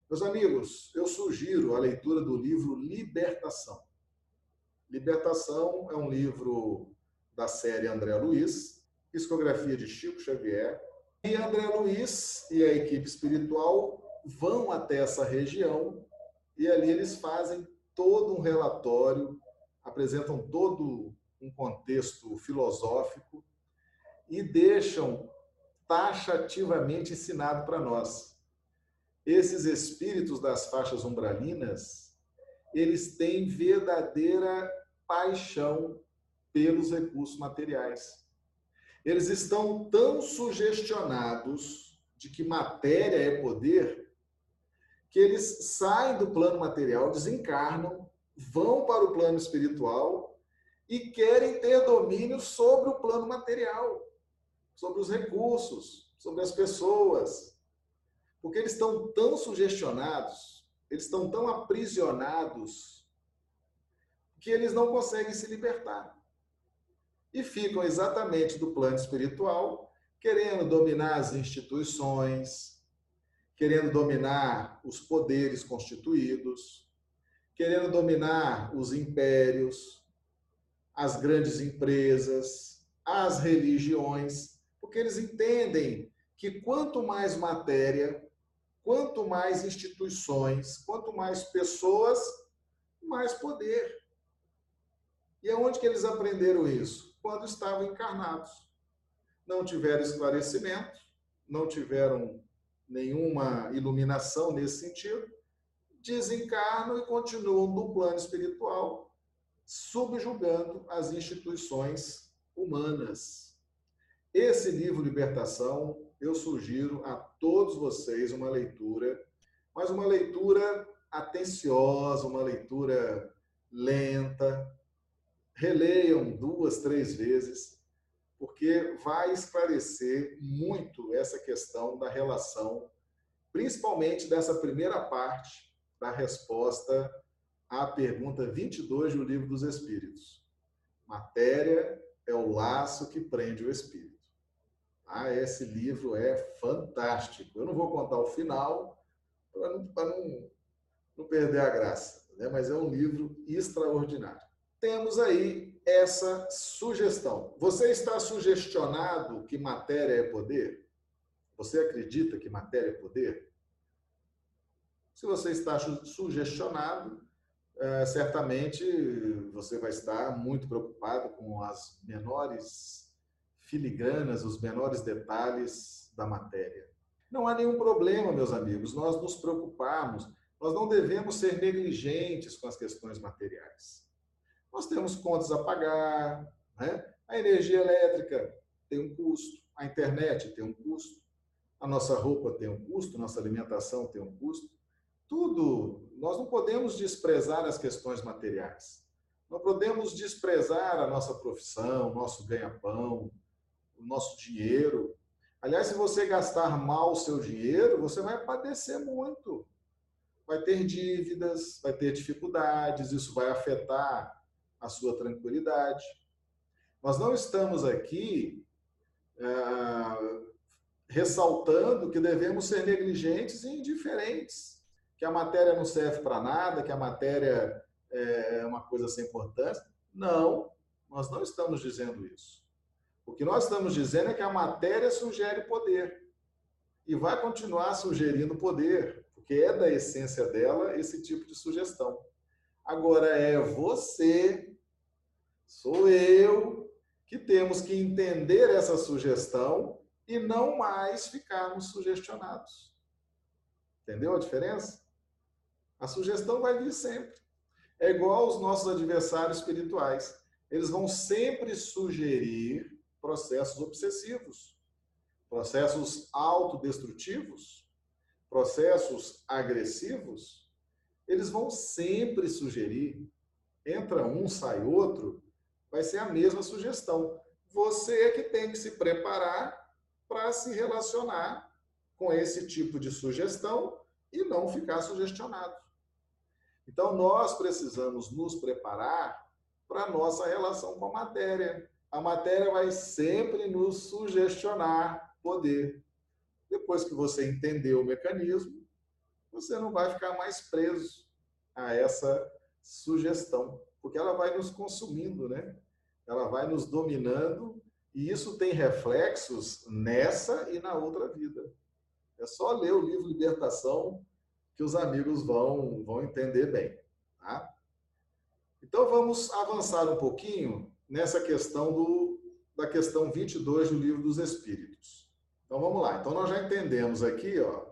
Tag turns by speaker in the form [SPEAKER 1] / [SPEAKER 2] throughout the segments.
[SPEAKER 1] Meus amigos, eu sugiro a leitura do livro Libertação. Libertação é um livro da série André Luiz, psicografia de Chico Xavier. E André Luiz e a equipe espiritual vão até essa região e ali eles fazem todo um relatório, apresentam todo um contexto filosófico e deixam taxativamente ensinado para nós. Esses espíritos das faixas umbralinas, eles têm verdadeira paixão pelos recursos materiais. Eles estão tão sugestionados de que matéria é poder, que eles saem do plano material, desencarnam, vão para o plano espiritual e querem ter domínio sobre o plano material, sobre os recursos, sobre as pessoas. Porque eles estão tão sugestionados, eles estão tão aprisionados, que eles não conseguem se libertar. E ficam exatamente do plano espiritual, querendo dominar as instituições, querendo dominar os poderes constituídos, querendo dominar os impérios, as grandes empresas, as religiões, porque eles entendem que quanto mais matéria, quanto mais instituições, quanto mais pessoas, mais poder. E aonde que eles aprenderam isso? Quando estavam encarnados. Não tiveram esclarecimento, não tiveram nenhuma iluminação nesse sentido, desencarnam e continuam no plano espiritual, subjugando as instituições humanas. Esse livro Libertação, eu sugiro a todos vocês uma leitura, mas uma leitura atenciosa, uma leitura lenta. Releiam 2, 3 vezes, porque vai esclarecer muito essa questão da relação, principalmente dessa primeira parte da resposta à pergunta 22 do Livro dos Espíritos. Matéria é o laço que prende o espírito. Esse livro é fantástico. Eu não vou contar o final para não perder a graça, né? Mas é um livro extraordinário. Temos aí essa sugestão. Você está sugestionado que matéria é poder? Você acredita que matéria é poder? Se você está sugestionado, certamente você vai estar muito preocupado com as menores filigranas, os menores detalhes da matéria. Não há nenhum problema, meus amigos, nós nos preocuparmos. Nós não devemos ser negligentes com as questões materiais. Nós temos contas a pagar, né? A energia elétrica tem um custo, a internet tem um custo, a nossa roupa tem um custo, nossa alimentação tem um custo. Tudo, nós não podemos desprezar as questões materiais. Não podemos desprezar a nossa profissão, o nosso ganha-pão, o nosso dinheiro. Aliás, se você gastar mal o seu dinheiro, você vai padecer muito. Vai ter dívidas, vai ter dificuldades, isso vai afetar a sua tranquilidade. Nós não estamos aqui ressaltando que devemos ser negligentes e indiferentes, que a matéria não serve para nada, que a matéria é uma coisa sem importância. Não, nós não estamos dizendo isso. O que nós estamos dizendo é que a matéria sugere poder e vai continuar sugerindo poder, porque é da essência dela esse tipo de sugestão. Agora é você, sou eu, que temos que entender essa sugestão e não mais ficarmos sugestionados. Entendeu a diferença? A sugestão vai vir sempre. É igual aos nossos adversários espirituais. Eles vão sempre sugerir processos obsessivos, processos autodestrutivos, processos agressivos. Eles vão sempre sugerir. Entra um, sai outro, vai ser a mesma sugestão. Você é que tem que se preparar para se relacionar com esse tipo de sugestão e não ficar sugestionado. Então, nós precisamos nos preparar para a nossa relação com a matéria. A matéria vai sempre nos sugestionar poder. Depois que você entendeu o mecanismo, você não vai ficar mais preso a essa sugestão, porque ela vai nos consumindo, né? Ela vai nos dominando, e isso tem reflexos nessa e na outra vida. É só ler o livro Libertação que os amigos vão entender bem. Tá? Então vamos avançar um pouquinho nessa questão da questão 22 do Livro dos Espíritos. Então vamos lá. Então nós já entendemos aqui, ó,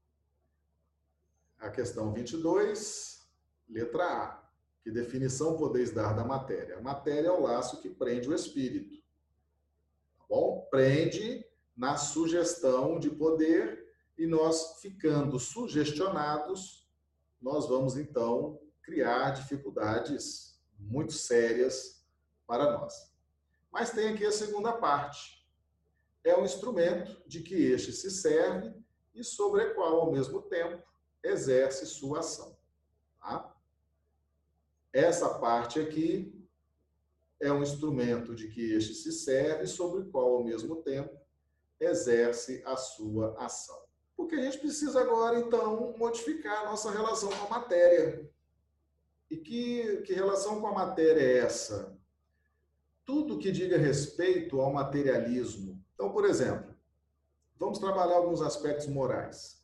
[SPEAKER 1] a questão 22, letra A. Que definição podeis dar da matéria? A matéria é o laço que prende o espírito. Tá bom? Prende na sugestão de poder, e nós ficando sugestionados, nós vamos então criar dificuldades muito sérias para nós. Mas tem aqui a segunda parte. É um instrumento de que este se serve e sobre o qual, ao mesmo tempo, exerce sua ação. Tá? Essa parte aqui é um instrumento de que este se serve e sobre o qual, ao mesmo tempo, exerce a sua ação. Porque a gente precisa agora, então, modificar a nossa relação com a matéria. E que relação com a matéria é essa? Tudo que diga respeito ao materialismo. Então, por exemplo, vamos trabalhar alguns aspectos morais.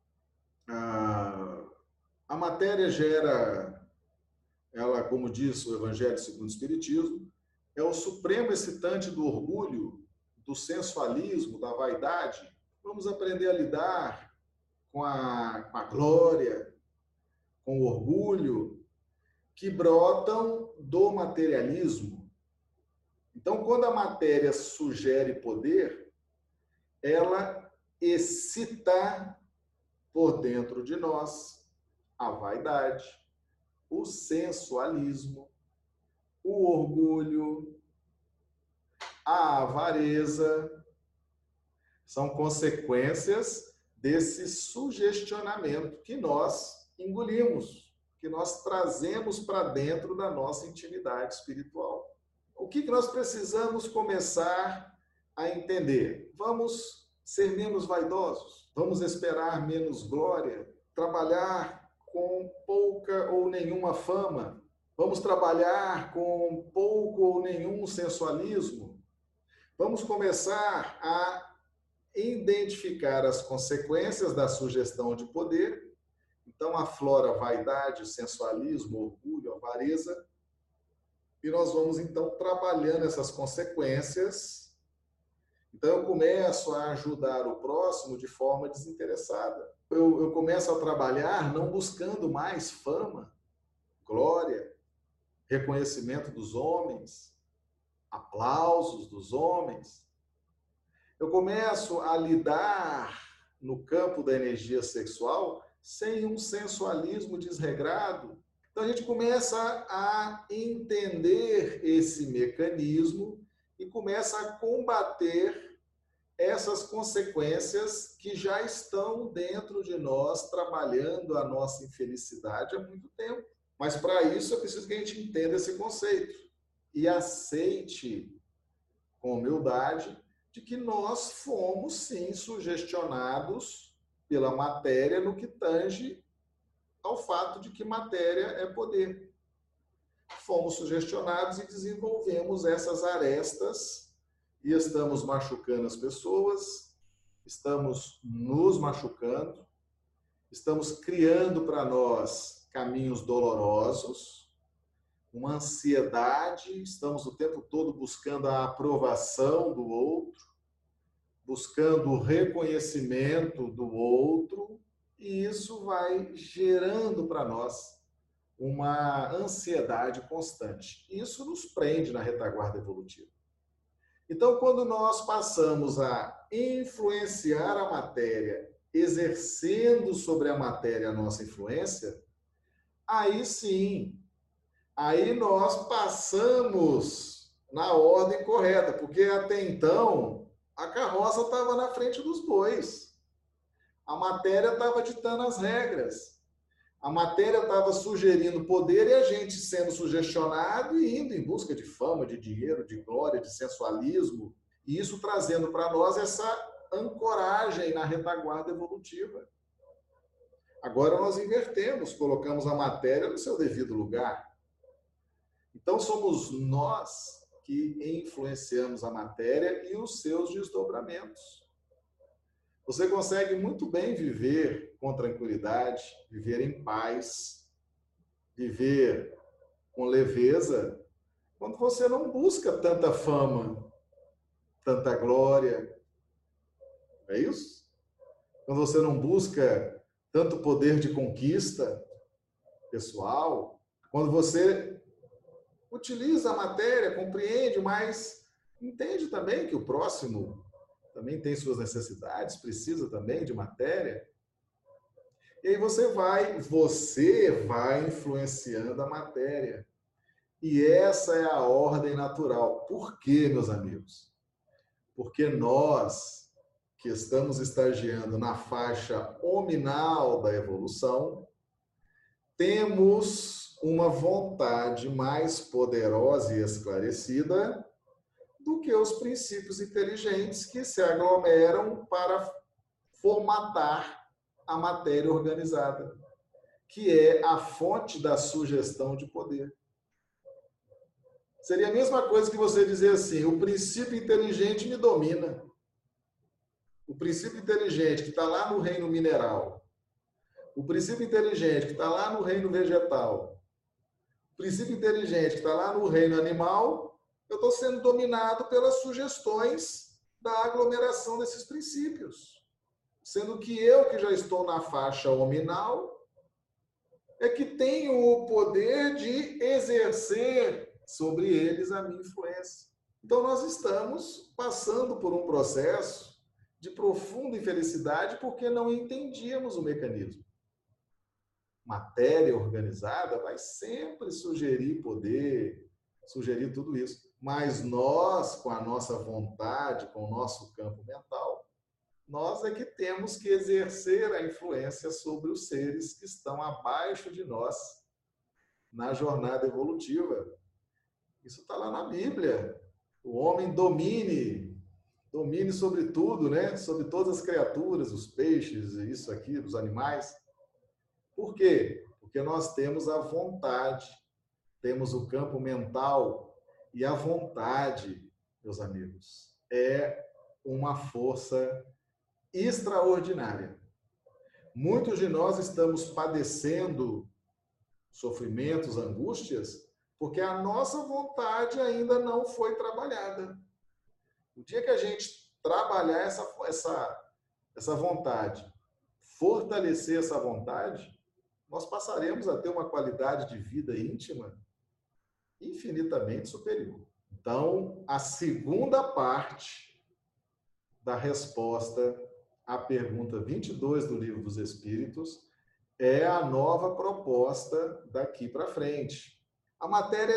[SPEAKER 1] A matéria gera, ela, como diz o Evangelho segundo o Espiritismo, é o supremo excitante do orgulho, do sensualismo, da vaidade. Vamos aprender a lidar com a glória, com o orgulho, que brotam do materialismo. Então, quando a matéria sugere poder, ela excita por dentro de nós a vaidade, o sensualismo, o orgulho, a avareza. São consequências desse sugestionamento que nós engolimos, que nós trazemos para dentro da nossa intimidade espiritual. O que nós precisamos começar a entender? Vamos ser menos vaidosos, vamos esperar menos glória, trabalhar com pouca ou nenhuma fama, vamos trabalhar com pouco ou nenhum sensualismo, vamos começar a identificar as consequências da sugestão de poder. Então aflora vaidade, sensualismo, orgulho, avareza, e nós vamos então trabalhando essas consequências. Então eu começo a ajudar o próximo de forma desinteressada. Eu começo a trabalhar não buscando mais fama, glória, reconhecimento dos homens, aplausos dos homens. Eu começo a lidar no campo da energia sexual sem um sensualismo desregrado. Então a gente começa a entender esse mecanismo e começa a combater essas consequências que já estão dentro de nós, trabalhando a nossa infelicidade há muito tempo. Mas para isso é preciso que a gente entenda esse conceito e aceite com humildade de que nós fomos, sim, sugestionados pela matéria no que tange ao fato de que matéria é poder. Fomos sugestionados e desenvolvemos essas arestas e estamos machucando as pessoas, estamos nos machucando, estamos criando para nós caminhos dolorosos, uma ansiedade, estamos o tempo todo buscando a aprovação do outro, buscando o reconhecimento do outro, e isso vai gerando para nós uma ansiedade constante. Isso nos prende na retaguarda evolutiva. Então, quando nós passamos a influenciar a matéria, exercendo sobre a matéria a nossa influência, aí sim, aí nós passamos na ordem correta, porque até então a carroça estava na frente dos bois. A matéria estava ditando as regras. A matéria estava sugerindo poder e a gente sendo sugestionado e indo em busca de fama, de dinheiro, de glória, de sensualismo. E isso trazendo para nós essa ancoragem na retaguarda evolutiva. Agora nós invertemos, colocamos a matéria no seu devido lugar. Então somos nós que influenciamos a matéria e os seus desdobramentos. Você consegue muito bem viver com tranquilidade, viver em paz, viver com leveza, quando você não busca tanta fama, tanta glória. É isso? Quando você não busca tanto poder de conquista pessoal, quando você utiliza a matéria, compreende, mas entende também que o próximo também tem suas necessidades, precisa também de matéria. E aí você vai influenciando a matéria. E essa é a ordem natural. Por quê, meus amigos? Porque nós, que estamos estagiando na faixa hominal da evolução, temos uma vontade mais poderosa e esclarecida do que os princípios inteligentes que se aglomeram para formatar a matéria organizada, que é a fonte da sugestão de poder. Seria a mesma coisa que você dizer assim: o princípio inteligente me domina. O princípio inteligente que está lá no reino mineral, o princípio inteligente que está lá no reino vegetal, o princípio inteligente que está lá no reino animal, eu estou sendo dominado pelas sugestões da aglomeração desses princípios. Sendo que eu, que já estou na faixa hominal, é que tenho o poder de exercer sobre eles a minha influência. Então, nós estamos passando por um processo de profunda infelicidade porque não entendíamos o mecanismo. Matéria organizada vai sempre sugerir poder, sugerir tudo isso. Mas nós, com a nossa vontade, com o nosso campo mental, nós é que temos que exercer a influência sobre os seres que estão abaixo de nós na jornada evolutiva. Isso está lá na Bíblia. O homem domine sobre tudo, né? Sobre todas as criaturas, os peixes, isso aqui, os animais. Por quê? Porque nós temos a vontade, temos o campo mental, e a vontade, meus amigos, é uma força extraordinária. Muitos de nós estamos padecendo sofrimentos, angústias, porque a nossa vontade ainda não foi trabalhada. O dia que a gente trabalhar essa vontade, fortalecer essa vontade, nós passaremos a ter uma qualidade de vida íntima infinitamente superior. Então, a segunda parte da resposta à pergunta 22 do Livro dos Espíritos é a nova proposta daqui para frente. A matéria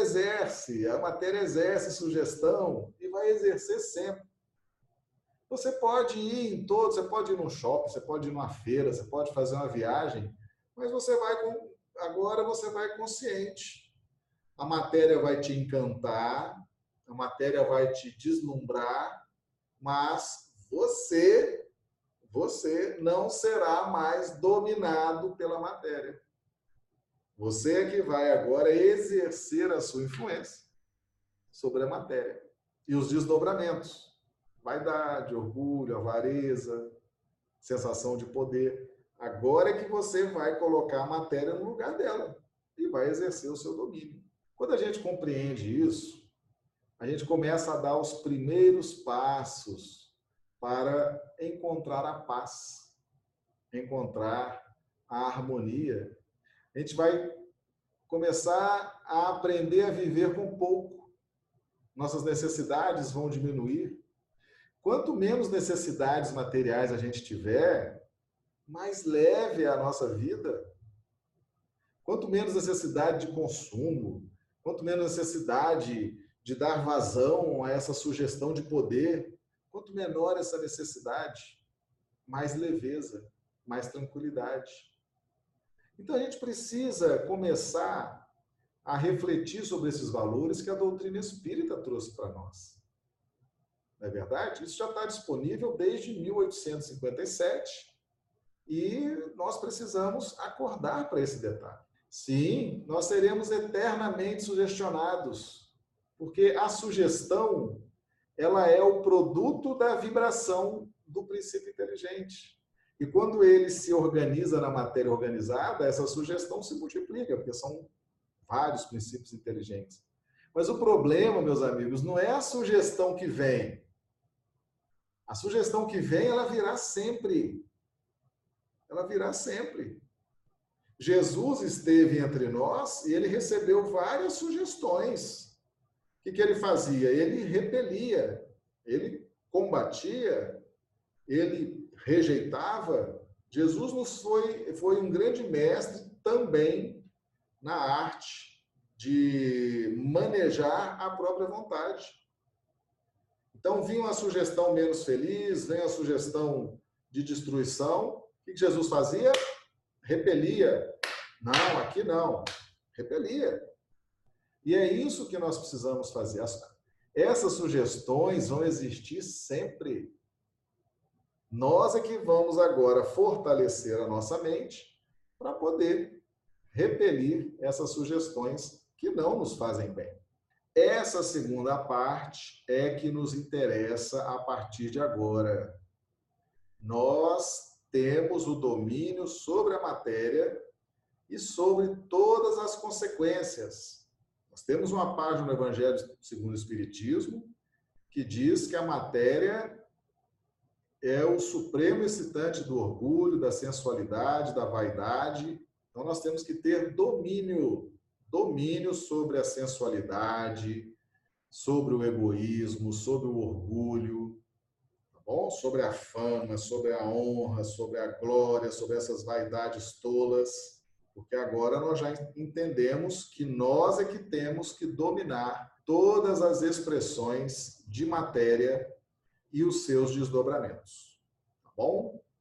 [SPEAKER 1] exerce sugestão e vai exercer sempre. Você pode ir em todos, você pode ir num shopping, você pode ir numa feira, você pode fazer uma viagem, mas agora você vai consciente. A matéria vai te encantar, a matéria vai te deslumbrar, mas você não será mais dominado pela matéria. Você é que vai agora exercer a sua influência sobre a matéria. E os desdobramentos. Vaidade, orgulho, avareza, sensação de poder. Agora é que você vai colocar a matéria no lugar dela e vai exercer o seu domínio. Quando a gente compreende isso, a gente começa a dar os primeiros passos para encontrar a paz, encontrar a harmonia. A gente vai começar a aprender a viver com pouco. Nossas necessidades vão diminuir. Quanto menos necessidades materiais a gente tiver, mais leve é a nossa vida. Quanto menos necessidade de consumo, quanto menos necessidade de dar vazão a essa sugestão de poder, quanto menor essa necessidade, mais leveza, mais tranquilidade. Então a gente precisa começar a refletir sobre esses valores que a doutrina espírita trouxe para nós. Não é verdade? Isso já está disponível desde 1857, E nós precisamos acordar para esse detalhe. Sim, nós seremos eternamente sugestionados, porque a sugestão, ela é o produto da vibração do princípio inteligente. E quando ele se organiza na matéria organizada, essa sugestão se multiplica, porque são vários princípios inteligentes. Mas o problema, meus amigos, não é a sugestão que vem. A sugestão que vem, ela virá sempre. Ela virá sempre. Jesus esteve entre nós e ele recebeu várias sugestões. O que ele fazia? Ele repelia, ele combatia, ele rejeitava. Jesus nos foi um grande mestre também na arte de manejar a própria vontade. Então, vinha uma sugestão menos feliz, vem a sugestão de destruição. O que Jesus fazia? Repelia. Não, aqui não. Repelia. E é isso que nós precisamos fazer. Essas sugestões vão existir sempre. Nós é que vamos agora fortalecer a nossa mente para poder repelir essas sugestões que não nos fazem bem. Essa segunda parte é que nos interessa a partir de agora. Nós temos o domínio sobre a matéria e sobre todas as consequências. Nós temos uma página no Evangelho segundo o Espiritismo que diz que a matéria é o supremo excitante do orgulho, da sensualidade, da vaidade. Então nós temos que ter domínio sobre a sensualidade, sobre o egoísmo, sobre o orgulho, tá bom? Sobre a fama, sobre a honra, sobre a glória, sobre essas vaidades tolas, porque agora nós já entendemos que nós é que temos que dominar todas as expressões de matéria e os seus desdobramentos, tá bom?